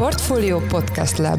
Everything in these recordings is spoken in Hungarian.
Portfolio Podcast Lab.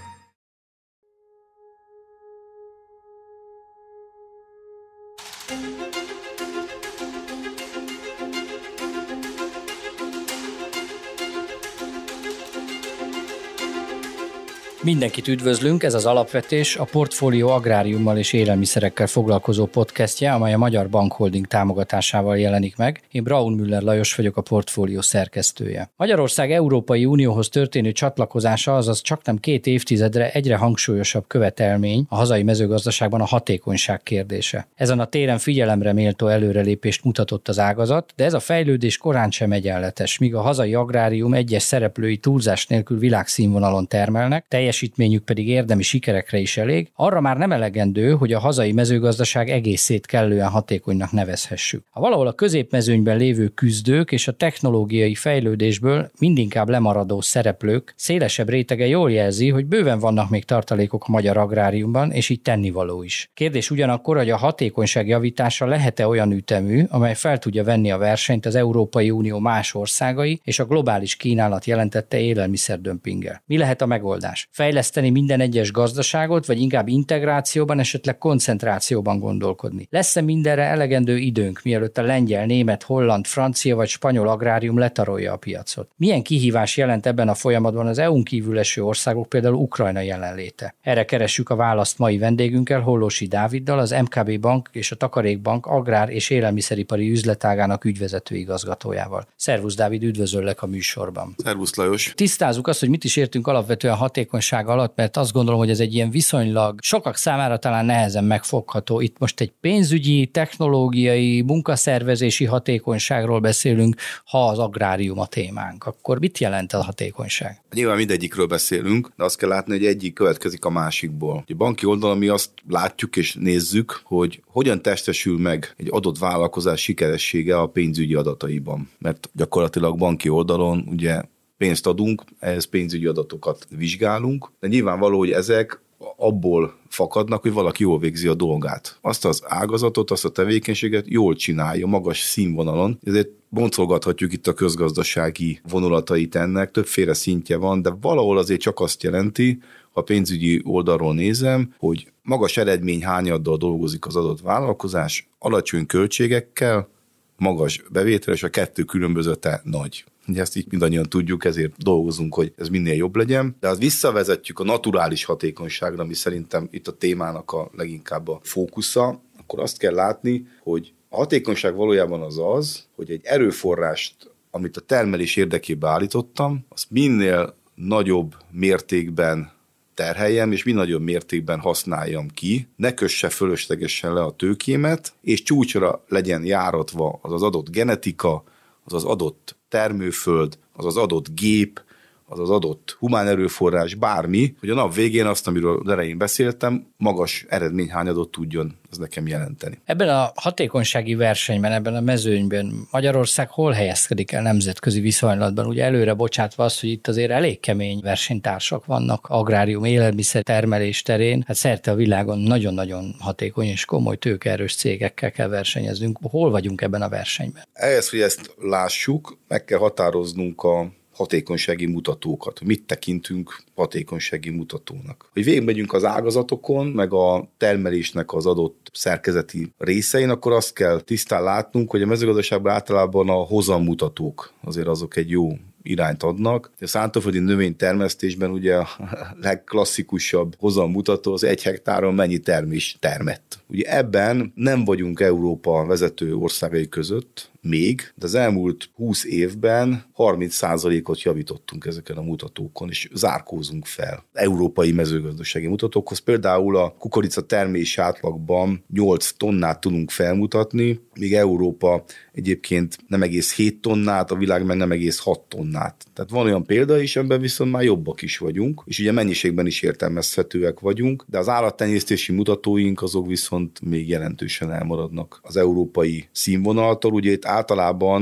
Mindenkit üdvözlünk, ez az Alapvetés, a Portfolio agráriummal és élelmiszerekkel foglalkozó podcastje, amely a Magyar Bankholding támogatásával jelenik meg. Én Braun Müller Lajos vagyok, a Portfolio szerkesztője. Magyarország Európai Unióhoz történő csatlakozása, azaz csaknem 2 évtizedre egyre hangsúlyosabb követelmény a hazai mezőgazdaságban a hatékonyság kérdése. Ezen a téren figyelemre méltó előrelépést mutatott az ágazat, de ez a fejlődés korán sem egyenletes, míg a hazai agrárium egyes szereplői túlzás nélkül világszínvonalon termelnek, teljesítményük pedig érdemi sikerekre is elég, arra már nem elegendő, hogy a hazai mezőgazdaság egészét kellően hatékonynak nevezhessük. Ha valahol a középmezőnyben lévő küzdők és a technológiai fejlődésből mindinkább lemaradó szereplők szélesebb rétege jól jelzi, hogy bőven vannak még tartalékok a magyar agráriumban, és így tennivaló is. Kérdés ugyanakkor, hogy a hatékonyság javítása lehet-e olyan ütemű, amely fel tudja venni a versenyt az Európai Unió más országai és a globális kínálat jelentette élelmiszerdömpinggel. Mi lehet a megoldás? Fejleszteni minden egyes gazdaságot, vagy inkább integrációban, esetleg koncentrációban gondolkodni? Lesz-e mindenre elegendő időnk, mielőtt a lengyel, német, holland, francia vagy spanyol agrárium letarolja a piacot? Milyen kihívás jelent ebben a folyamatban az EU-n kívül eső országok, például Ukrajna jelenléte? Erre keressük a választ mai vendégünkkel, Hollósy Dáviddal, az MKB Bank és a Takarékbank agrár- és élelmiszeripari üzletágának ügyvezető igazgatójával. Szervusz Dávid, üdvözöllek a műsorban. Szervusz Lajos. Tisztázzuk azt, hogy mit is értünk alapvetően hatékonyság alatt, mert azt gondolom, hogy ez egy ilyen viszonylag sokak számára talán nehezen megfogható. Itt most egy pénzügyi, technológiai, munkaszervezési hatékonyságról beszélünk, ha az agrárium a témánk. Akkor mit jelent a hatékonyság? Nyilván mindegyikről beszélünk, de azt kell látni, hogy egyik következik a másikból. A banki oldalon mi azt látjuk és nézzük, hogy hogyan testesül meg egy adott vállalkozás sikeressége a pénzügyi adataiban. Mert gyakorlatilag banki oldalon ugye pénzt adunk, ehhez pénzügyi adatokat vizsgálunk, de nyilvánvaló, hogy ezek abból fakadnak, hogy valaki jól végzi a dolgát. Azt az ágazatot, azt a tevékenységet jól csinálja, magas színvonalon, ezért boncolgathatjuk itt a közgazdasági vonulatait ennek, többféle szintje van, de valahol azért csak azt jelenti, ha pénzügyi oldalról nézem, hogy magas eredményhányaddal dolgozik az adott vállalkozás, alacsony költségekkel, magas bevétel, és a kettő különbözete nagy. Ugye ezt így mindannyian tudjuk, ezért dolgozunk, hogy ez minél jobb legyen. De ha visszavezetjük a naturális hatékonyságra, ami szerintem itt a témának a leginkább a fókusza, akkor azt kell látni, hogy a hatékonyság valójában az, hogy egy erőforrást, amit a termelés érdekében állítottam, azt minél nagyobb mértékben terheljem, és minél nagyobb mértékben használjam ki, ne kösse fölöslegesen le a tőkémet, és csúcsra legyen járatva az az adott genetika, az az adott termőföld, az az adott gép, az az adott humán erőforrás, bármi, hogy a nap végén azt, amiről az elején beszéltem, magas eredményhányadot tudjon ez nekem jelenteni. Ebben a hatékonysági versenyben, ebben a mezőnyben Magyarország hol helyezkedik el nemzetközi viszonylatban? Ugye előre bocsátva azt, hogy itt azért elég kemény versenytársak vannak agrárium, élelmiszer termelés terén. Hát szerte a világon nagyon-nagyon hatékony és komoly tőkeerős cégekkel kell versenyeznünk. Hol vagyunk ebben a versenyben? Ehhez, hogy ezt lássuk, meg kell határoznunk a hatékonysági mutatókat. Mit tekintünk hatékonysági mutatónak? Hogy végigmegyünk az ágazatokon, meg a termelésnek az adott szerkezeti részein, akkor azt kell tisztán látnunk, hogy a mezőgazdaságban általában a hozammutatók azért azok egy jó irányt adnak. A szántóföldi növénytermesztésben ugye a legklasszikusabb hozammutató az 1 hektáron mennyi termés termett. Ugye ebben nem vagyunk Európa vezető országai között még, de az elmúlt 20 évben 30%-ot javítottunk ezeken a mutatókon, és zárkózunk fel európai mezőgazdasági mutatókhoz. Például a kukorica termés átlagban 8 tonnát tudunk felmutatni, míg Európa egyébként nem egész 7 tonnát, a világ meg nem egész 6 tonnát. Tehát van olyan példa is, ebben viszont már jobbak is vagyunk, és ugye mennyiségben is értelmezhetőek vagyunk, de az állattenyésztési mutatóink azok viszont még jelentősen elmaradnak az európai színvonaltól. Ugye itt általában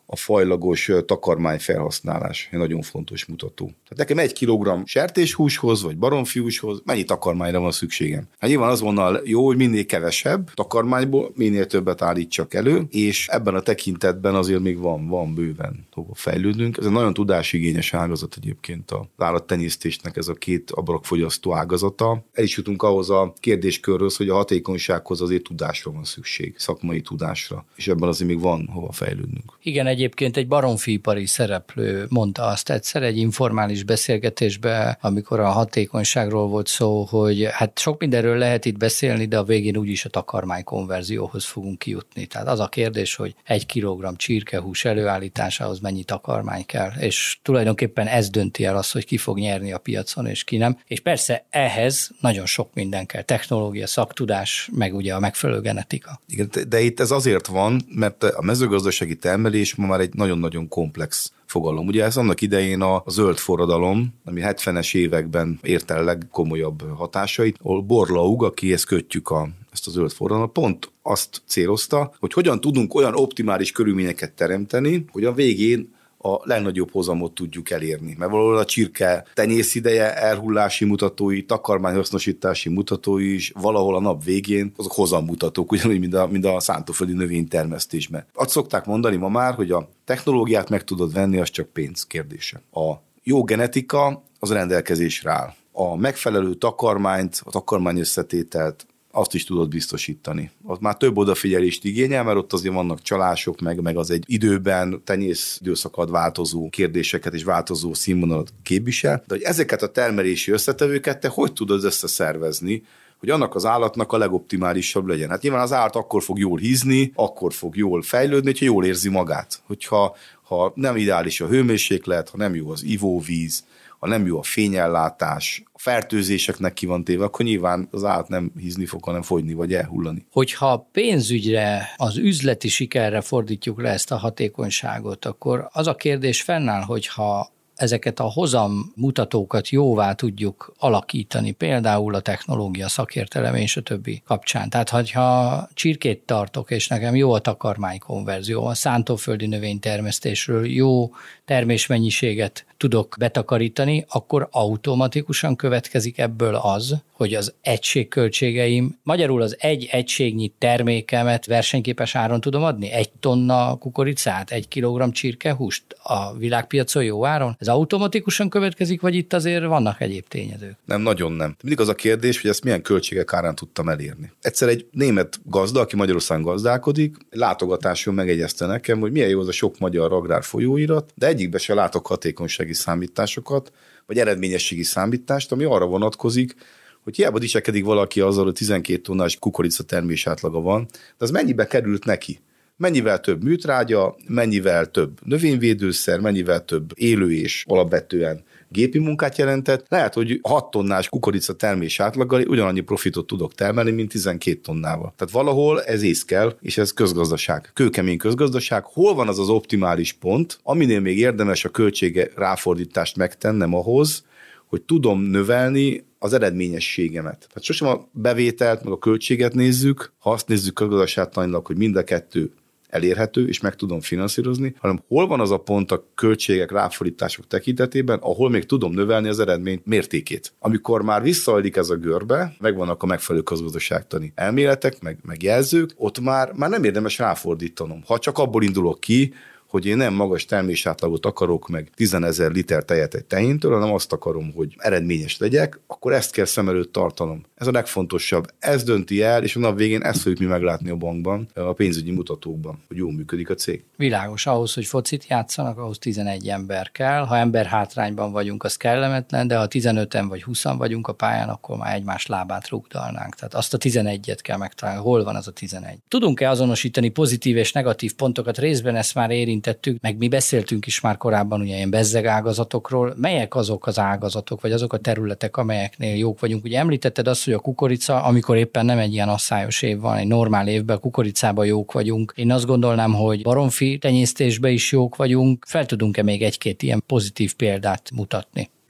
a fajlagos takarmány felhasználás egy nagyon fontos mutató. Tehát nekem 1 kilogramm sertéshúshoz, vagy baromfihúshoz mennyi takarmányra van szükségem? Hát nyilván az volna jó, hogy minél kevesebb takarmányból, minél többet állítsak elő, és ebben a tekintetben azért még van bőven hova fejlődnünk. Ez egy nagyon tudásigényes ágazat egyébként az állattenyésztésnek, ez a 2 ablakfogyasztó ágazata. El is jutunk ahhoz a kérdéskörhöz, hogy a hatékonysághoz azért tudásra van szükség, szakmai tudásra, és ebben azért még van hova fejlődnünk. Igen, egyébként egy baromfiipari szereplő mondta azt egyszer egy informális beszélgetésben, amikor a hatékonyságról volt szó, hogy hát sok mindenről lehet itt beszélni, de a végén úgyis a takarmány konverzióhoz fogunk kijutni. Tehát az a kérdés, hogy 1 kilogramm csirkehús előállításához mennyi takarmány kell, és tulajdonképpen ez dönti el azt, hogy ki fog nyerni a piacon, és ki nem. És persze ehhez nagyon sok minden kell. Technológia, szaktudás, meg ugye a megfelelő genetika. Igen, de itt ez azért van, mert a mezőgazdasági termelés ma már egy nagyon-nagyon komplex fogalom. Ugye ez annak idején a zöld forradalom, ami 70-es években ért el legkomolyabb hatásait, ahol Borlaug, akihez kötjük ezt a zöld forradalmat, pont azt célozta, hogy hogyan tudunk olyan optimális körülményeket teremteni, hogy a végén a legnagyobb hozamot tudjuk elérni. Mert valahol a csirke tenyészideje, elhullási mutatói, takarmányhasznosítási mutatói is valahol a nap végén azok hozammutatók, ugyanúgy, mint a szántóföldi növénytermesztésben. Azt szokták mondani ma már, hogy a technológiát meg tudod venni, az csak pénz kérdése. A jó genetika az rendelkezésre áll. A megfelelő takarmányt, a takarmány összetételt azt is tudod biztosítani. Az már több odafigyelést igényel, mert ott azért vannak csalások, meg az egy időben, tenyész időszakad változó kérdéseket és változó színvonalat képvisel, de hogy ezeket a termelési összetevőket te hogy tudod összeszervezni, hogy annak az állatnak a legoptimálisabb legyen. Hát nyilván az állat akkor fog jól hízni, akkor fog jól fejlődni, hogyha jól érzi magát. Hogyha nem ideális a hőmérséklet, ha nem jó az ivóvíz, ha nem jó a fényellátás, a fertőzéseknek ki van téve, akkor nyilván az állat nem hízni fog, hanem fogyni vagy elhullani. Hogyha pénzügyre, az üzleti sikerre fordítjuk le ezt a hatékonyságot, akkor az a kérdés fennáll, hogyha ezeket a hozammutatókat jóvá tudjuk alakítani, például a technológia, szakértelem és a többi kapcsán. Tehát, hogyha csirkét tartok, és nekem jó a takarmánykonverzió, a szántóföldi növénytermesztésről jó termésmennyiséget tudok betakarítani, akkor automatikusan következik ebből az, hogy az egységköltségeim, magyarul az egy egységnyi termékemet versenyképes áron tudom adni? 1 tonna kukoricát, 1 kilogramm csirkehúst a világpiacon jó áron? Ez automatikusan következik, vagy itt azért vannak egyéb tényezők? Nem, nagyon nem. Mindig az a kérdés, hogy ezt milyen költségek árán tudtam elérni. Egyszer egy német gazda, aki Magyarországon gazdálkodik, látogatáson megegyezte nekem, hogy milyen jó az a sok magyar agrár folyóirat, de egyikbe se látok hatékonysági számításokat, vagy eredményességi számítást, ami arra vonatkozik, hogy hiába dicsekedik valaki azzal, hogy 12 tonnás kukorica termés átlaga van, de az mennyibe került neki? Mennyivel több műtrágya, mennyivel több növényvédőszer, mennyivel több élő és alapvetően gépi munkát jelentett. Lehet, hogy 6 tonnás kukorica termés átlaggal ugyanannyi profitot tudok termelni, mint 12 tonnával. Tehát valahol ez ész kell, és ez közgazdaság. Kőkemény közgazdaság. Hol van az az optimális pont, aminél még érdemes a költsége ráfordítást megtennem ahhoz, hogy tudom növelni az eredményességemet. Tehát sosem a bevételt, meg a költséget nézzük, ha azt nézzük közgazdaságtanilag, hogy mind a kettő elérhető, és meg tudom finanszírozni, hanem hol van az a pont a költségek, ráfordítások tekintetében, ahol még tudom növelni az eredmény mértékét. Amikor már visszaadlik ez a görbe, megvannak a megfelelő közgazdaságtani elméletek, meg jelzők, ott már nem érdemes ráfordítanom. Ha csak abból indulok ki, hogy én nem magas termésátlagot akarok, meg 10 000 liter tejet egy tehéntől, hanem azt akarom, hogy eredményes legyek, akkor ezt kell szem előtt tartanom. Ez a legfontosabb. Ez dönti el, és a nap végén ezt fogjuk mi meglátni a bankban, a pénzügyi mutatókban, hogy jól működik a cég. Világos, ahhoz, hogy focit játszanak, ahhoz 11 ember kell. Ha ember hátrányban vagyunk, az kellemetlen, de ha 15-en vagy 20-an vagyunk a pályán, akkor már egymás lábát rúgdalnánk. Tehát azt a 11-et kell megtalálni. Hol van az a 11? Tudunk-e azonosítani pozitív és negatív pontokat? Részben ezt már érintettük, meg mi beszéltünk is már korábban ugye ilyen bezzeg ágazatokról. Melyek azok az ágazatok, vagy azok a területek, amelyeknél jók vagyunk? Ugye említetted azt, hogy a kukorica, amikor éppen nem egy ilyen asszályos év van, egy normál évben a kukoricában jók vagyunk. Én azt gondolnám, hogy baromfi tenyésztésben is jók vagyunk. Fel tudunk-e még egy-két ilyen pozitív példát mutatni?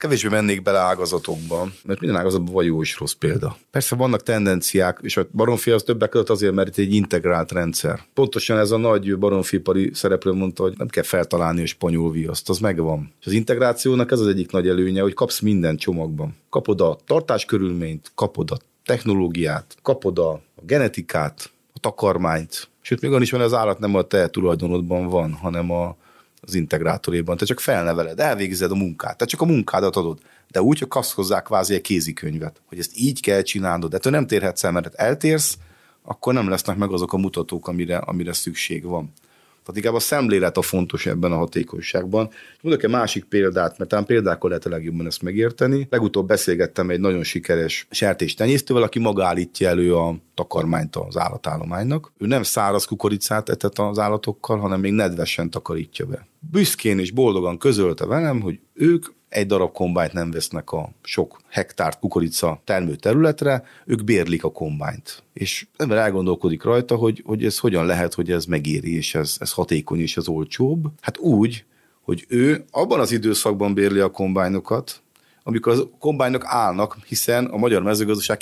Kevésbé mennék bele ágazatokba, mert minden ágazatban van jó és rossz példa. Persze vannak tendenciák, és a baromfi az többek között azért, mert itt egy integrált rendszer. Pontosan ez a nagy baromfipari szereplő mondta, hogy nem kell feltalálni a spanyol viaszt, az megvan. És az integrációnak ez az egyik nagy előnye, hogy kapsz minden csomagban. Kapod a tartáskörülményt, kapod a technológiát, kapod a genetikát, a takarmányt. Sőt, még is van, az állat nem a te tulajdonodban van, hanem az integrátoréban. Te csak felneveled, elvégzed a munkát, te csak a munkádat adod, de úgy, hogy kapsz hozzá kvázi egy kézikönyvet, hogy ezt így kell csinálnod, de te nem térhetsz el, mert eltérsz, akkor nem lesznek meg azok a mutatók, amire szükség van. Tehát inkább a szemlélet a fontos ebben a hatékonyságban. Mondok egy másik példát, mert talán példákkal lehet a legjobban ezt megérteni. Legutóbb beszélgettem egy nagyon sikeres sertéstenyésztővel, aki maga állítja elő a takarmányt az állatállománynak. Ő nem száraz kukoricát etet az állatokkal, hanem még nedvesen takarítja be. Büszkén és boldogan közölte velem, hogy ők egy darab kombányt nem vesznek a sok hektárt kukorica termő területre, ők bérlik a kombányt. És ember elgondolkodik rajta, hogy ez hogyan lehet, hogy ez megéri, és ez hatékony, és ez olcsóbb. Hát úgy, hogy ő abban az időszakban bérli a kombájnokat, amikor a kombányok állnak, hiszen a magyar mezőgazdaság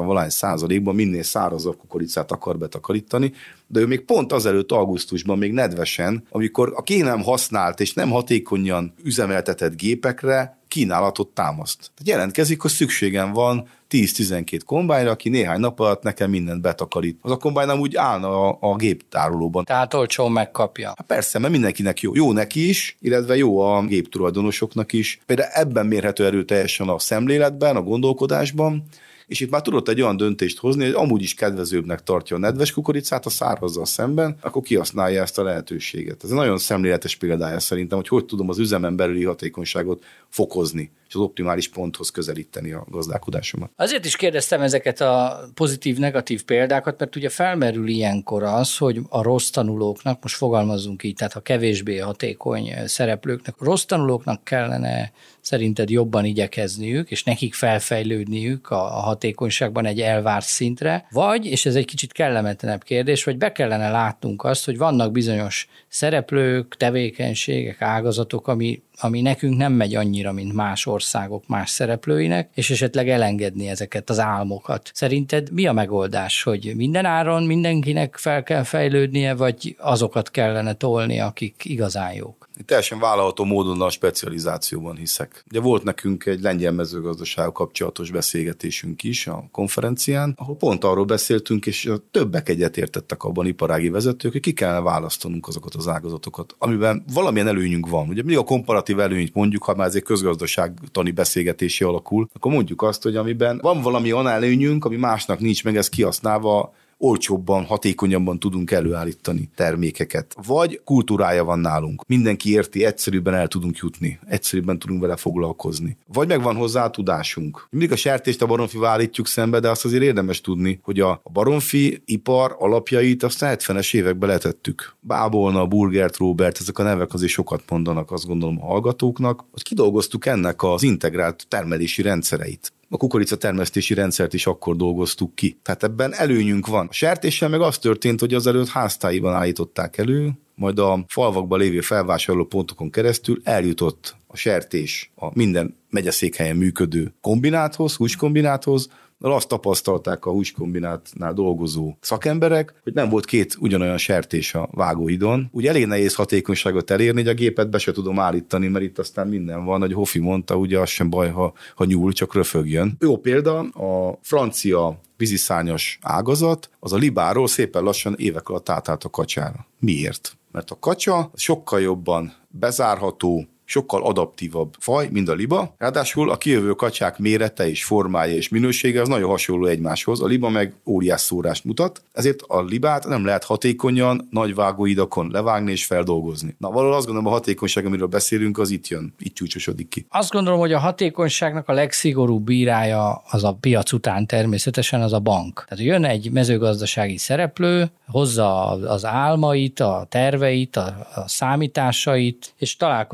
90% minél szárazabb kukoricát akar betakarítani, de ő még pont azelőtt augusztusban még nedvesen, amikor a nem használt és nem hatékonyan üzemeltetett gépekre kínálatot támaszt. Tehát jelentkezik, hogy szükségem van 10-12 kombányra, aki néhány nap alatt nekem mindent betakarít. Az a kombány nem úgy állna a géptárolóban. Tehát olcsón megkapja. Hát persze, mert mindenkinek jó. Jó neki is, illetve jó a géptulajdonosoknak is. Például ebben mérhető erőteljesen a szemléletben, a gondolkodásban, és itt már tudott egy olyan döntést hozni, hogy amúgy is kedvezőbbnek tartja a nedves kukoricát a szárazzal szemben, akkor kihasználja ezt a lehetőséget. Ez egy nagyon szemléletes példája szerintem, hogy tudom az üzemen belüli hatékonyságot fokozni, és az optimális ponthoz közelíteni a gazdálkodásomat. Azért is kérdeztem ezeket a pozitív-negatív példákat, mert ugye felmerül ilyenkor az, hogy a rossz tanulóknak, most fogalmazzunk így, tehát a kevésbé hatékony szereplőknek, rossz tanulóknak kellene szerinted jobban igyekezniük, és nekik felfejlődniük a hatékonyságban egy elvárt szintre, vagy, és ez egy kicsit kellemetlenebb kérdés, vagy be kellene látnunk azt, hogy vannak bizonyos szereplők, tevékenységek, ágazatok, ami nekünk nem megy annyira, mint más országok, más szereplőinek, és esetleg elengedni ezeket az álmokat. Szerinted mi a megoldás, hogy minden áron mindenkinek fel kell fejlődnie, vagy azokat kellene tolni, akik igazán jók? Teljesen vállalható módon a specializációban hiszek. Ugye volt nekünk egy lengyel mezőgazdaság kapcsolatos beszélgetésünk is a konferencián, ahol pont arról beszéltünk, és többek egyetértettek abban iparági vezetők, hogy ki kellene választanunk azokat az ágazatokat, amiben valamilyen előnyünk van. Ugye mindig a komparatív előnyt mondjuk, ha már ez egy közgazdaságtani beszélgetési alakul, akkor mondjuk azt, hogy amiben van valami olyan előnyünk, ami másnak nincs meg, ezt kihasználva olcsóbban, hatékonyabban tudunk előállítani termékeket. Vagy kultúrája van nálunk. Mindenki érti, egyszerűbben el tudunk jutni, egyszerűbben tudunk vele foglalkozni. Vagy megvan hozzá a tudásunk. Mindig a sertést a baromfival állítjuk szembe, de azt azért érdemes tudni, hogy a baromfi ipar alapjait azt a 70-es években letettük. Bábolna, Burgert, Robert, ezek a nevek azért sokat mondanak, azt gondolom a hallgatóknak. Ott kidolgoztuk ennek az integrált termelési rendszereit. A kukoricatermesztési rendszert is akkor dolgoztuk ki. Tehát ebben előnyünk van. A sertéssel meg az történt, hogy azelőtt háztáiban állították elő, majd a falvakban lévő felvásárlópontokon keresztül eljutott a sertés a minden megyeszékhelyen működő kombináthoz, húskombináthoz, de azt tapasztalták a húskombinátnál dolgozó szakemberek, hogy nem volt két ugyanolyan sertés a vágóhidon. Úgy elég nehéz hatékonyságot elérni, hogy a gépet be se tudom állítani, mert itt aztán minden van, hogy Hofi mondta, ugye az sem baj, ha nyúl, csak röfögjön. Jó példa, a francia víziszárnyas ágazat, az a libáról szépen lassan évek alatt átállt a kacsára. Miért? Mert a kacsa sokkal jobban bezárható, sokkal adaptívabb faj, mint a liba. Ráadásul a kijövő kacsák mérete és formája és minősége az nagyon hasonló egymáshoz. A liba meg óriás szórást mutat, ezért a libát nem lehet hatékonyan nagy vágóidakon levágni és feldolgozni. Na, valahol azt gondolom, a hatékonyság, amiről beszélünk, az itt jön, itt csúcsosodik ki. Azt gondolom, hogy a hatékonyságnak a legszigorúbb bírája az a piac után természetesen az a bank. Tehát jön egy mezőgazdasági szereplő, hozza az álmait, a terveit, a számításait, és találkozik a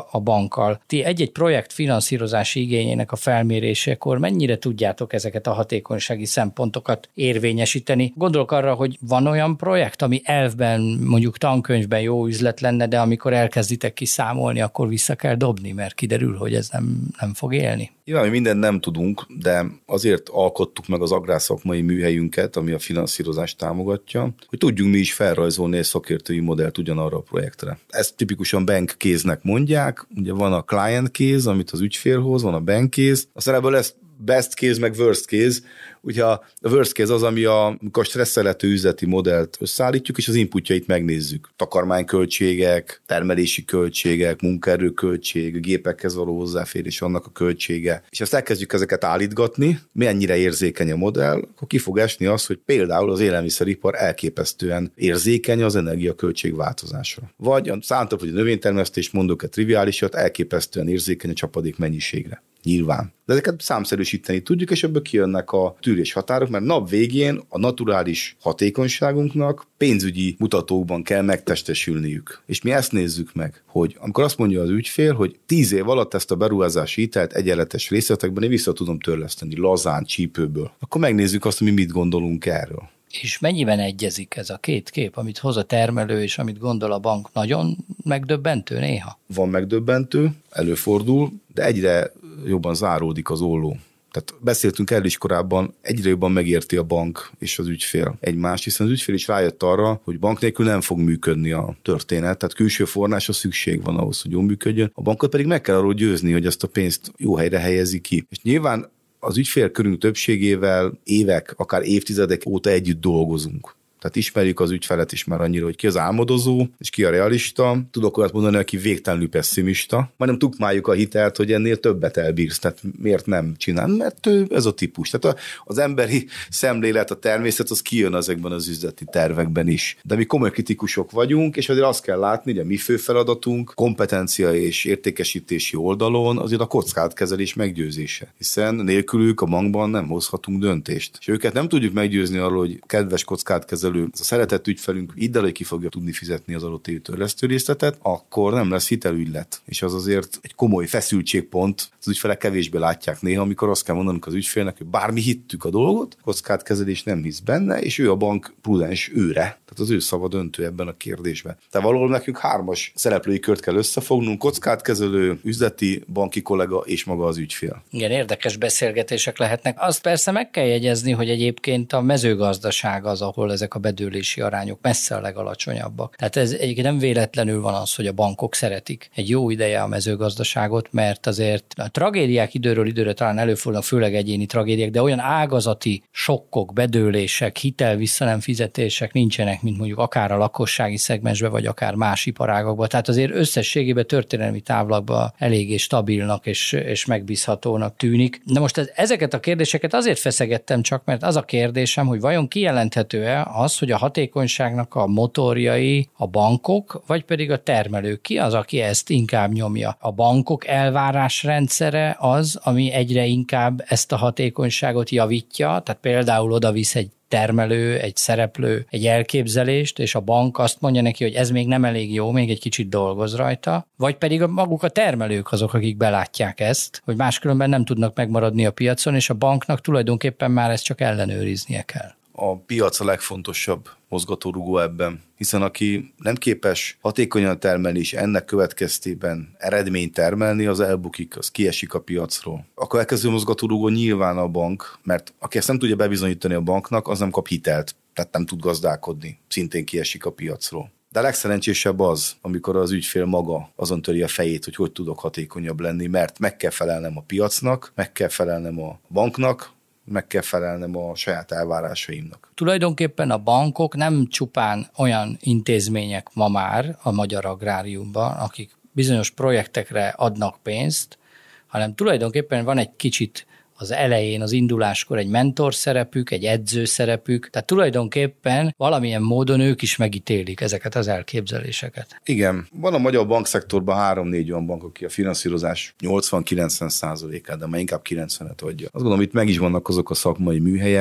a bankkal. Ti egy-egy projekt finanszírozási igényének a felmérésekor mennyire tudjátok ezeket a hatékonysági szempontokat érvényesíteni? Gondolok arra, hogy van olyan projekt, ami elvben, mondjuk tankönyvben jó üzlet lenne, de amikor elkezditek kiszámolni, akkor vissza kell dobni, mert kiderül, hogy ez nem fog élni. Nyilván, mi mindent nem tudunk, de azért alkottuk meg az agrárszakmai műhelyünket, ami a finanszírozást támogatja, hogy tudjunk mi is felrajzolni egy szakértői modellt ugyanarra a projektre. Ezt tipikusan bank case-nek mondják, ugye van a client case, amit az ügyfél hoz, van a bank case, aztán ebből lesz best case, meg worst case. Ugye a worst case az, amikor stresszelhető üzleti modellt összeállítjuk, és az inputjait megnézzük. Takarmányköltségek, termelési költségek, munkaerőköltség, gépekhez való hozzáférés, annak a költsége. És azt elkezdjük ezeket állítgatni, mennyire érzékeny a modell, akkor ki fog esni az, hogy például az élelmiszeripar elképesztően érzékeny az energiaköltség változásra. Vagy a szántók vagy a növénytermesztés, mondok egy triviálisat, elképesztően érzékeny a csapadék mennyiségre. Nyilván. De ezeket számszerűsíteni tudjuk, és ebből kijönnek a tűrés határok, mert nap végén a naturális hatékonyságunknak pénzügyi mutatókban kell megtestesülniük. És mi ezt nézzük meg, hogy amikor azt mondja az ügyfél, hogy 10 év alatt ezt a beruházási hitelt egyenletes részletekben én vissza tudom törleszteni lazán, csípőből, akkor megnézzük azt, hogy mi mit gondolunk erről. És mennyiben egyezik ez a két kép, amit hoz a termelő, és amit gondol a bank? Nagyon megdöbbentő néha? Van megdöbbentő, előfordul, de egyre jobban záródik az olló. Tehát beszéltünk erről is korábban, egyre jobban megérti a bank és az ügyfél egymást, hiszen az ügyfél is rájött arra, hogy bank nélkül nem fog működni a történet, tehát külső forrásra szükség van ahhoz, hogy jól működjön. A bankot pedig meg kell arról győzni, hogy ezt a pénzt jó helyre helyezi ki. És nyilván az ügyfélkörünk többségével évek, akár évtizedek óta együtt dolgozunk. Tehát ismerjük az ügyfelet is már annyira, hogy ki az álmodozó, és ki a realista. Tudok olyat mondani, aki végtelenül pessimista. Már nem tukmáljuk a hitelt, hogy ennél többet elbírsz. Tehát miért nem csinál? Mert ez a típus. Tehát az emberi szemlélet, a természet, az kijön ezekben az üzleti tervekben is. De mi komoly kritikusok vagyunk, és azért azt kell látni, hogy a mi fő feladatunk kompetencia és értékesítési oldalon azért a kockázatkezelés meggyőzése. Hiszen nélkülük a bankban nem hozhatunk döntést. És őket nem tudjuk meggyőzni arról, hogy kedves kockázatkezelő, ez a szeretett ügyfelünk hidd el, hogy ki fogja tudni fizetni az adott évi törlesztő részletet, akkor nem lesz hitelügylet. És az azért egy komoly feszültségpont, az ügyfelek kevésbé látják néha, amikor azt kell mondanunk az ügyfélnek, hogy bármi hittük a dolgot, kockázatkezelés nem hisz benne, és ő a bank prudens őre. Tehát az ő szava döntő ebben a kérdésben. Tehát valahol nekünk 3-as szereplői kört kell összefognunk, kockázatkezelő, üzleti, banki kollega és maga az ügyfél. Igen, érdekes beszélgetések lehetnek. Azt persze meg kell jegyezni, hogy egyébként a mezőgazdaság az, ahol ezek a bedőlési arányok messze a legalacsonyabbak. Tehát ez egyébként nem véletlenül van az, hogy a bankok szeretik egy jó ideje a mezőgazdaságot, mert azért a tragédiák időről időre talán előfordulnak, főleg egyéni tragédiák, de olyan ágazati sokkok, bedőlések, hitel vissza nem fizetések nincsenek, mint mondjuk akár a lakossági szegmensben, vagy akár más iparágakban. Tehát azért összességében történelmi távlatban eléggé stabilnak és megbízhatónak tűnik. De most ezeket a kérdéseket azért feszegettem csak, mert az a kérdésem, hogy vajon kijelenthető-e az, hogy a hatékonyságnak a motorjai a bankok, vagy pedig a termelők? Ki az, aki ezt inkább nyomja? A bankok elvárásrendszere az, ami egyre inkább ezt a hatékonyságot javítja, tehát például oda visz egy termelő, egy szereplő, egy elképzelést, és a bank azt mondja neki, hogy ez még nem elég jó, még egy kicsit dolgoz rajta, vagy pedig maguk a termelők azok, akik belátják ezt, hogy máskülönben nem tudnak megmaradni a piacon, és a banknak tulajdonképpen már ezt csak ellenőriznie kell. A piac a legfontosabb mozgatórugó ebben, hiszen aki nem képes hatékonyan termelni, és ennek következtében eredményt termelni, az elbukik, az kiesik a piacról. A következő mozgatórugó nyilván a bank, mert aki ezt nem tudja bebizonyítani a banknak, az nem kap hitelt, tehát nem tud gazdálkodni, szintén kiesik a piacról. De a legszerencsésebb az, amikor az ügyfél maga azon töri a fejét, hogy tudok hatékonyabb lenni, mert meg kell felelnem a piacnak, meg kell felelnem a banknak, meg kell felelnem a saját elvárásaimnak. Tulajdonképpen a bankok nem csupán olyan intézmények ma már a magyar agráriumban, akik bizonyos projektekre adnak pénzt, hanem tulajdonképpen van egy kicsit az elején, az induláskor egy mentor szerepük, egy edző szerepük, tehát tulajdonképpen valamilyen módon ők is megítélik ezeket az elképzeléseket. Igen, van a magyar bankszektorban 3-4 olyan bank, aki a finanszírozás 80-90%-át, de már inkább 90-et adja. Azt gondolom, itt meg is vannak azok a szakmai műhelyek,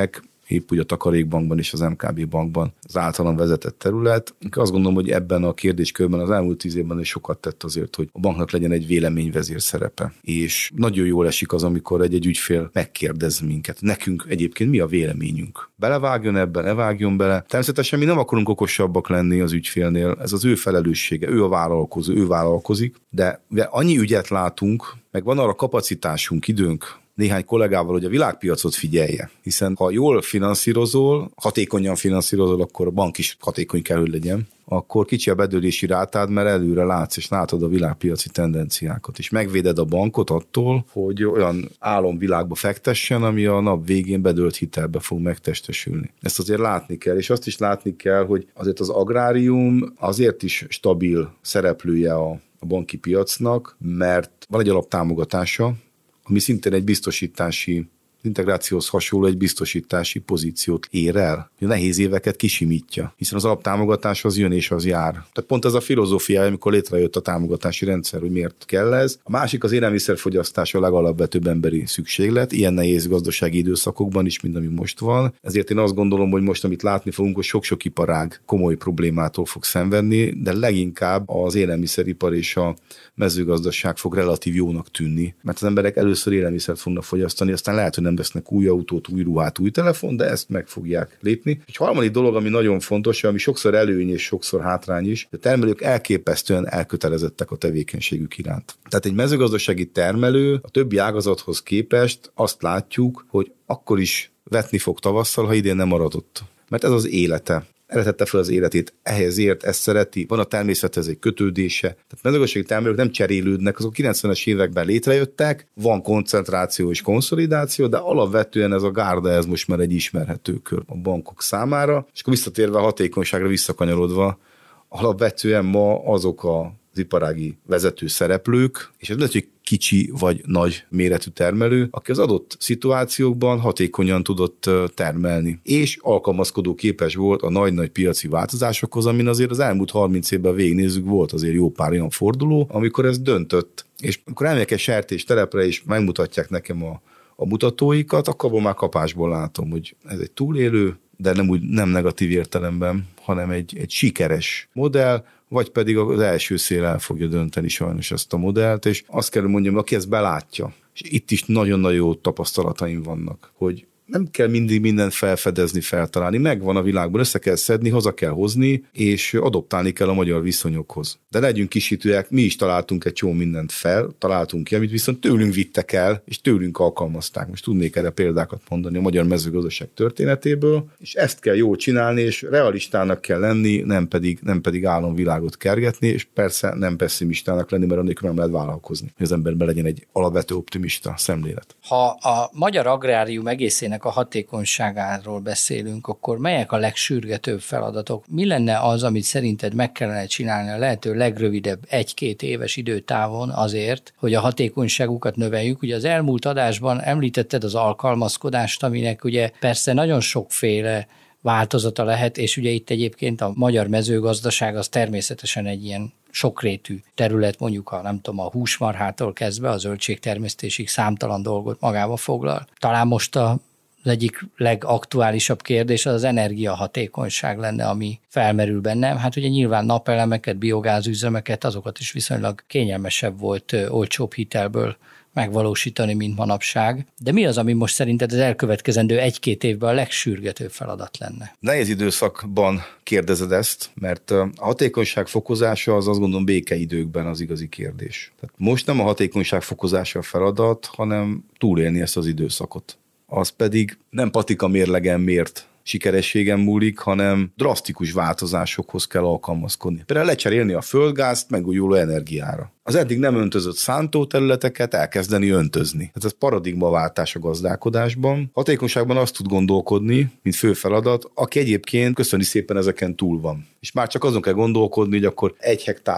épp úgy a Takarékbankban és az MKB bankban az általam vezetett terület. Azt gondolom, hogy ebben a kérdéskörben az elmúlt 10 évben is sokat tett azért, hogy a banknak legyen egy véleményvezér szerepe. És nagyon jól esik az, amikor egy ügyfél megkérdez minket. Nekünk egyébként mi a véleményünk? Belevágjon ebben, ne vágjon bele. Természetesen mi nem akarunk okosabbak lenni az ügyfélnél, ez az ő felelőssége, ő a vállalkozó, ő vállalkozik, de annyi ügyet látunk, meg van arra kapacitásunk, időnk, néhány kollégával, hogy a világpiacot figyelje. Hiszen ha jól finanszírozol, hatékonyan finanszírozol, akkor a bank is hatékony kell, hogy legyen, akkor kicsi a bedőlési rátád, mert előre látsz, és látod a világpiaci tendenciákat. És megvéded a bankot attól, hogy olyan álomvilágba fektessen, ami a nap végén bedőlt hitelbe fog megtestesülni. Ezt azért látni kell, és azt is látni kell, hogy azért az agrárium azért is stabil szereplője a banki piacnak, mert van egy alaptámogatása, ami szintén egy biztosítási, integrációhoz hasonló egy biztosítási pozíciót ér el. A nehéz éveket kisimítja, hiszen az alaptámogatás az jön és az jár. Tehát pont ez a filozófiája, amikor létrejött a támogatási rendszer, hogy miért kell ez. A másik az élelmiszerfogyasztás a legalapvetőbb emberi szükséglet, ilyen nehéz gazdasági időszakokban is, mint ami most van. Ezért én azt gondolom, hogy most, amit látni fogunk, hogy sok-sok iparág komoly problémától fog szenvedni, de leginkább az élelmiszeripar és a mezőgazdaság fog relatív jónak tűnni, mert az emberek először élelmiszert fognak fogyasztani, aztán lehet, hogy nem vesznek új autót, új ruhát, új telefon, de ezt meg fogják lépni. Egy harmadik dolog, ami nagyon fontos, ami sokszor előny és sokszor hátrány is, a termelők elképesztően elkötelezettek a tevékenységük iránt. Tehát egy mezőgazdasági termelő a többi ágazathoz képest azt látjuk, hogy akkor is vetni fog tavasszal, ha idén nem maradott. Mert ez az élete. Eletette fel az életét, ehhez ért, ezt szereti, van a természethez egy kötődése. Tehát mezőgazdasági termelők nem cserélődnek, azok 90-es években létrejöttek, van koncentráció és konszolidáció, de alapvetően ez a gárda, ez most már egy ismerhető kör a bankok számára. És akkor visszatérve a hatékonyságra, visszakanyarodva, alapvetően ma azok az iparági vezető szereplők, és ez lehet, hogy kicsi vagy nagy méretű termelő, aki az adott szituációkban hatékonyan tudott termelni, és alkalmazkodó képes volt a nagy-nagy piaci változásokhoz, amin azért az elmúlt 30 évben végignézzük, volt azért jó pár olyan forduló, amikor ez döntött. És amikor elmegyek egy sertés telepre, és megmutatják nekem a mutatóikat, akkor már kapásból látom, hogy ez egy túlélő, de nem negatív értelemben, hanem egy sikeres modell, vagy pedig az első szél el fogja dönteni sajnos ezt a modellt, és azt kell mondjam, aki ezt belátja, és itt is nagyon-nagyon jó tapasztalataim vannak, hogy nem kell mindig mindent felfedezni, feltalálni, megvan a világban, össze kell szedni, haza kell hozni, és adoptálni kell a magyar viszonyokhoz. De legyünk kisítőek, mi is találtunk egy csomó mindent találtunk ki, amit viszont tőlünk vittek el, és tőlünk alkalmazták. Most tudnék erre példákat mondani a magyar mezőgazdaság történetéből, és ezt kell jól csinálni, és realistának kell lenni, nem pedig álomvilágot kergetni, és persze nem pessimistának lenni, mert annélkül nem lehet vállalkozni, hogy az emberben legyen egy alapvető optimista szemlélet. Ha a magyar agrárium egészének a hatékonyságáról beszélünk, akkor melyek a legsürgetőbb feladatok? Mi lenne az, amit szerinted meg kellene csinálni a lehető legrövidebb 1-2 éves időtávon azért, hogy a hatékonyságukat növeljük? Ugye az elmúlt adásban említetted az alkalmazkodást, aminek ugye persze nagyon sokféle változata lehet, és ugye itt egyébként a magyar mezőgazdaság az természetesen egy ilyen sokrétű terület, mondjuk a húsmarhától kezdve a zöldségtermesztésig számtalan dolgot magába foglal. Talán most az egyik legaktuálisabb kérdés az energiahatékonyság lenne, ami felmerül bennem. Hát ugye nyilván napelemeket, biogázüzemeket, azokat is viszonylag kényelmesebb volt olcsóbb hitelből megvalósítani, mint manapság. De mi az, ami most szerinted az elkövetkezendő 1-2 évben a legsürgetőbb feladat lenne? Nehéz időszakban kérdezed ezt, mert a hatékonyság fokozása az azt gondolom békeidőkben az igazi kérdés. Tehát most nem a hatékonyság fokozása a feladat, hanem túlélni ezt az időszakot. Az pedig nem patika mérlegen mért sikerességen múlik, hanem drasztikus változásokhoz kell alkalmazkodni. Például lecserélni a földgázt megújuló energiára. Az eddig nem öntözött szántóterületeket elkezdeni öntözni. Ez paradigmaváltás a gazdálkodásban. Hatékonyságban azt tud gondolkodni, mint fő feladat, aki egyébként köszöni szépen ezeken túl van. És már csak azon kell gondolkodni, hogy akkor 1 hektáron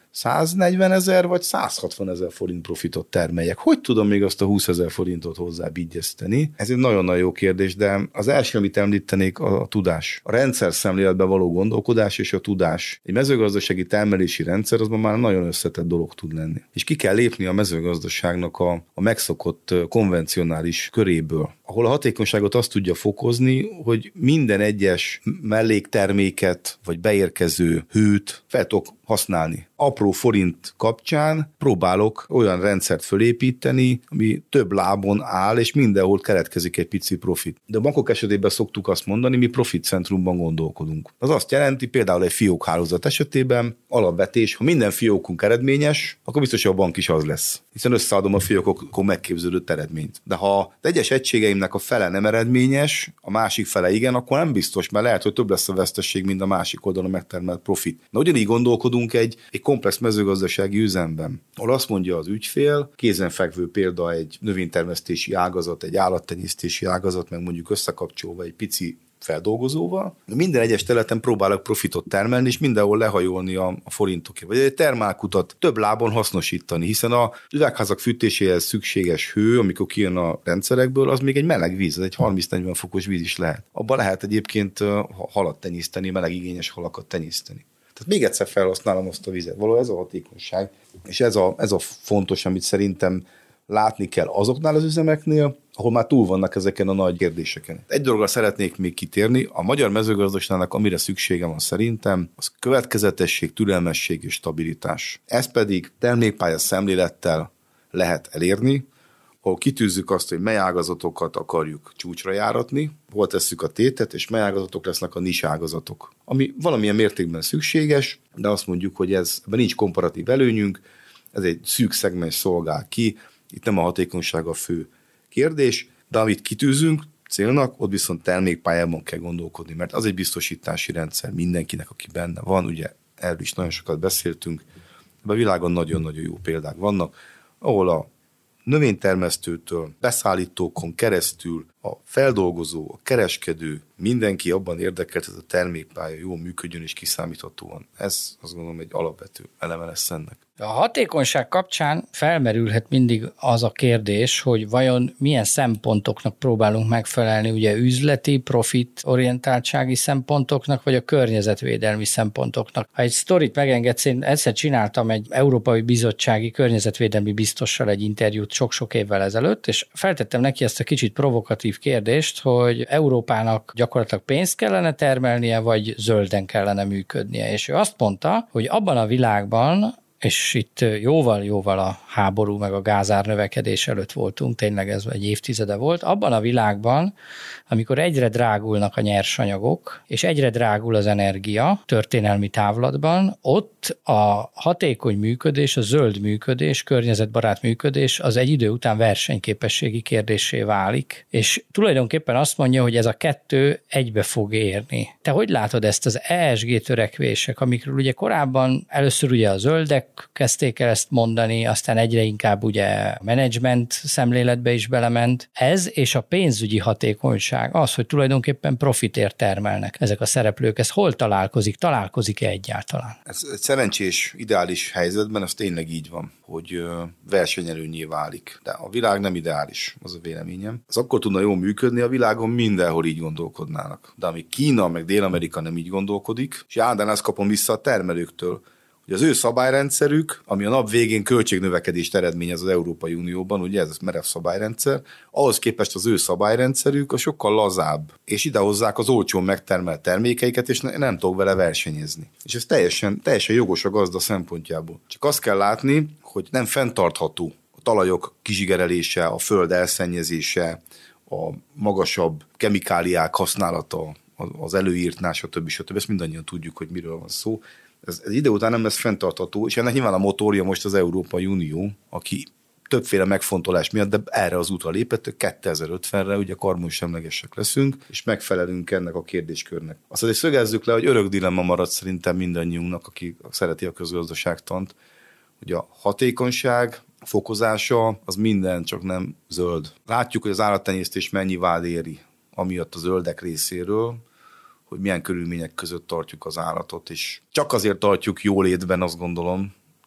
140 000 vagy 160 000 forint profitot termeljek? Hogy tudom még azt a 20 000 forintot hozzá bigyeszteni? Ez egy nagyon-nagyon jó kérdés, de az első, amit említenék, a tudás. A rendszer szemléletben való gondolkodás és a tudás. Egy mezőgazdasági termelési rendszer az már nagyon összetett dolog tud lenni. És ki kell lépni a mezőgazdaságnak a megszokott konvencionális köréből, ahol a hatékonyságot azt tudja fokozni, hogy minden egyes mellékterméket vagy beérkező hőt fel tudok használni. Apró forint kapcsán próbálok olyan rendszert fölépíteni, ami több lábon áll, és mindenhol keletkezik egy pici profit. De a bankok esetében szoktuk azt mondani, mi profit centrumban gondolkodunk. Az azt jelenti, például egy fiókhálózat esetében alapvetés, ha minden fiókunk eredményes, akkor biztos, hogy a bank is az lesz. Hiszen összeadom a fiókokon megképződött eredményt. De ha az egyes egységeimnek a fele nem eredményes, a másik fele igen, akkor nem biztos, mert lehet, hogy több lesz a vesztesség, mint a másik oldalon megtermelt profit. Na ugyanígy gondolkodunk egy komplex mezőgazdasági üzemben, ahol azt mondja az ügyfél, kézenfekvő példa egy növénytermesztési ágazat, egy állattenyésztési ágazat, meg mondjuk összekapcsolva egy pici feldolgozóval. Minden egyes területen próbálok profitot termelni, és mindenhol lehajolni a forintokért. Vagy egy termálkutat több lábon hasznosítani, hiszen a üvegházak fűtéséhez szükséges hő, amikor kijön a rendszerekből, az még egy meleg víz, ez egy 30-40 fokos víz is lehet. Abban lehet egyébként halat tenyészteni, meleg igényes halakat tenyészteni. Tehát még egyszer felhasználom azt a vizet. Valóban ez a hatékonyság, és ez a fontos, amit szerintem látni kell azoknál az üzemeknél, ahol már túl vannak ezeken a nagy kérdéseken. Egy dologra szeretnék még kitérni, a magyar mezőgazdaságnak amire szüksége van szerintem, az következetesség, türelmesség és stabilitás. Ez pedig termékpálya szemlélettel lehet elérni, ahol kitűzzük azt, hogy mely ágazatokat akarjuk csúcsra járatni, hol tesszük a tétet, és mely ágazatok lesznek a nis ágazatok. Ami valamilyen mértékben szükséges, de azt mondjuk, hogy ebben nincs komparatív előnyünk, ez egy szűk szegmens szolgál ki, itt nem a hatékonyság a fő kérdés, de amit kitűzünk célnak, ott viszont termékpályában kell gondolkodni, mert az egy biztosítási rendszer mindenkinek, aki benne van, ugye erről is nagyon sokat beszéltünk, de a világon nagyon-nagyon jó példák vannak, ahol a növénytermesztőtől, beszállítókon keresztül a feldolgozó, a kereskedő, mindenki abban érdekelt, hogy a termékpálya jól működjön és kiszámíthatóan. Ez azt gondolom egy alapvető eleme lesz ennek. A hatékonyság kapcsán felmerülhet mindig az a kérdés, hogy vajon milyen szempontoknak próbálunk megfelelni, ugye üzleti, profit orientáltsági szempontoknak, vagy a környezetvédelmi szempontoknak. Ha egy sztorit megengedsz, én egyszer csináltam egy Európai Bizottsági Környezetvédelmi Biztossal egy interjút sok-sok évvel ezelőtt, és feltettem neki ezt a kicsit provokatív kérdést, hogy Európának gyakorlatilag pénzt kellene termelnie, vagy zölden kellene működnie. És ő azt mondta, hogy abban a világban, és itt jóval a háború meg a gázár növekedés előtt voltunk, tényleg ez egy évtizede volt, abban a világban, amikor egyre drágulnak a nyersanyagok, és egyre drágul az energia történelmi távlatban, ott a hatékony működés, a zöld működés, környezetbarát működés az egy idő után versenyképességi kérdéssé válik. És tulajdonképpen azt mondja, hogy ez a kettő egybe fog érni. Te hogy látod ezt az ESG törekvések, amikről ugye korábban először ugye a zöldek kezdték el ezt mondani, aztán egyre inkább ugye menedzsment szemléletbe is belement. Ez és a pénzügyi hatékonyság, az, hogy tulajdonképpen profitért termelnek ezek a szereplők, ez hol találkozik? Találkozik-e egyáltalán? Ez egy szerencsés, ideális helyzetben az tényleg így van, hogy versenyelőnnyé válik. De a világ nem ideális, az a véleményem. Ez akkor tudna jól működni, a világon mindenhol így gondolkodnának. De amíg Kína meg Dél-Amerika nem így gondolkodik, és állandóan ezt kapom vissza a termelőktől, hogy az ő szabályrendszerük, ami a nap végén költségnövekedést eredményez az Európai Unióban, ugye ez a merev szabályrendszer, ahhoz képest az ő szabályrendszerük a sokkal lazább, és idehozzák az olcsón megtermelt termékeiket, és nem tudok vele versenyezni. És ez teljesen jogos a gazda szempontjából. Csak azt kell látni, hogy nem fenntartható a talajok kizsigerelése, a föld elszennyezése, a magasabb kemikáliák használata, az előírtnál, stb. Ezt mindannyian tudjuk, hogy miről van szó. Ez idő után nem lesz fenntartható, és ennek nyilván a motorja most az Európai Unió, aki többféle megfontolás miatt, de erre az útra lépett, hogy 2050-re ugye karbonsemlegesek leszünk, és megfelelünk ennek a kérdéskörnek. Azt azért szögezzük le, hogy örök dilemma maradt szerintem mindannyiunknak, aki szereti a közgazdaságtant, hogy a hatékonyság fokozása az minden, csak nem zöld. Látjuk, hogy az állattenyésztés mennyivel éri, amiatt a zöldek részéről, hogy milyen körülmények között tartjuk az állatot, és csak azért tartjuk jólétben, azt gondolom,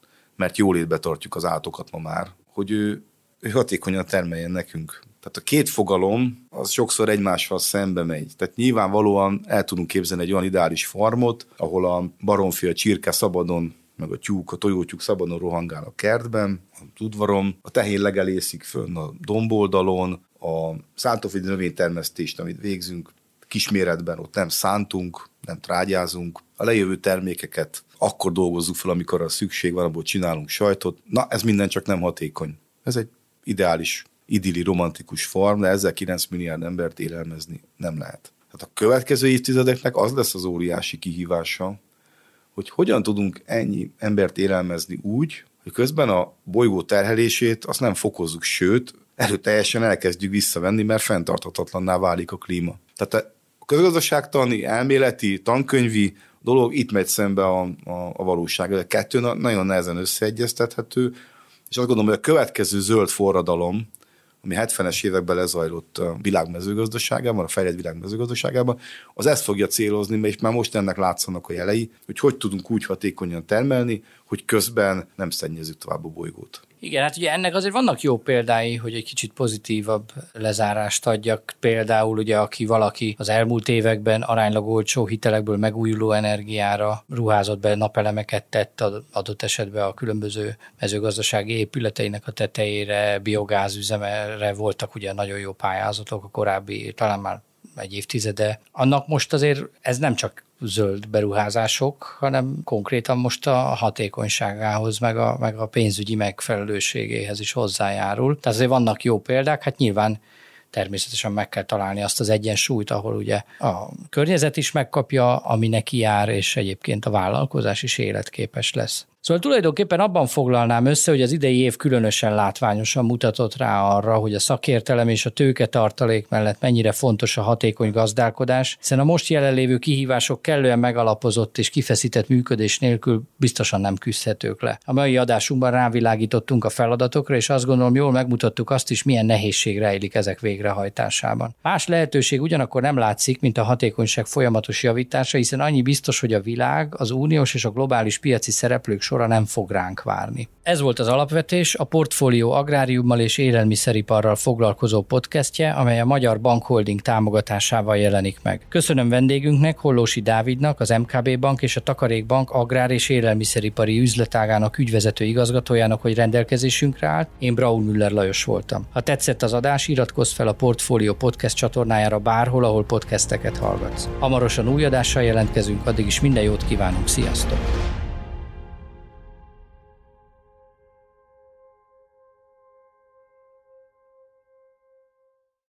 mert jólétbe tartjuk az állatokat ma már, hogy ő hatékonyan termeljen nekünk. Tehát a két fogalom az sokszor egymással szembe megy. Tehát nyilvánvalóan el tudunk képzelni egy olyan ideális farmot, ahol a baromfi, a csirke szabadon, meg a tyúk, a tojótyúk szabadon rohangál a kertben, a udvaron, a tehén legelészik fönn a domboldalon, a szántóföldi növénytermesztést, amit végzünk kisméretben, ott nem szántunk, nem trágyázunk. A lejövő termékeket akkor dolgozzuk fel, amikor a szükség van, abból csinálunk sajtot. Na, ez minden csak nem hatékony. Ez egy ideális, idilli, romantikus farm, de ezzel 9 milliárd embert élelmezni nem lehet. Tehát a következő évtizedeknek az lesz az óriási kihívása, hogy hogyan tudunk ennyi embert élelmezni úgy, hogy közben a bolygó terhelését azt nem fokozzuk, sőt, erőteljesen elkezdjük visszavenni, mert fenntarthatatlanná válik a klíma. Tehát a közgazdaságtani, elméleti, tankönyvi dolog itt megy szembe a valóság. A kettő nagyon nehezen összeegyeztethető, és azt gondolom, hogy a következő zöld forradalom, ami 70-es években lezajlott a világ mezőgazdaságában, a fejlett világ mezőgazdaságában, az ezt fogja célozni, mert már most ennek látszanak a jelei, hogy tudunk úgy hatékonyan termelni, hogy közben nem szennyezzük tovább a bolygót. Igen, hát ugye ennek azért vannak jó példái, hogy egy kicsit pozitívabb lezárást adjak. Például ugye, valaki az elmúlt években aránylag olcsó hitelekből megújuló energiára ruházott be, napelemeket tett adott esetben a különböző mezőgazdasági épületeinek a tetejére, biogázüzemre voltak ugye nagyon jó pályázatok a korábbi, talán már egy évtizede. Annak most azért ez nem csak zöld beruházások, hanem konkrétan most a hatékonyságához, meg a pénzügyi megfelelőségéhez is hozzájárul. Tehát azért vannak jó példák, hát nyilván természetesen meg kell találni azt az egyensúlyt, ahol ugye a környezet is megkapja, ami neki jár, és egyébként a vállalkozás is életképes lesz. Szóval tulajdonképpen abban foglalnám össze, hogy az idei év különösen látványosan mutatott rá arra, hogy a szakértelem és a tőketartalék mellett mennyire fontos a hatékony gazdálkodás, hiszen a most jelenlévő kihívások kellően megalapozott és kifeszített működés nélkül biztosan nem küzdhetők le. A mai adásunkban rávilágítottunk a feladatokra, és azt gondolom jól megmutattuk azt is, milyen nehézség rejlik ezek végrehajtásában. Más lehetőség ugyanakkor nem látszik, mint a hatékonyság folyamatos javítása, hiszen annyi biztos, hogy a világ, az uniós és a globális piaci szereplők sora nem fog ránk várni. Ez volt az Alapvetés, a Portfólió agráriummal és élelmiszeriparral foglalkozó podcastje, amely a Magyar Bankholding támogatásával jelenik meg. Köszönöm vendégünknek, Hollósy Dávidnak, az MKB Bank és a Takarékbank agrár- és élelmiszeripari üzletágának ügyvezető igazgatójának, hogy rendelkezésünkre állt. Én Braun Müller Lajos voltam. Ha tetszett az adás, iratkozz fel a Portfólió podcast csatornájára bárhol, ahol podcasteket hallgatsz. Hamarosan új adással jelentkezünk, addig is minden jót kívánunk, sziasztok!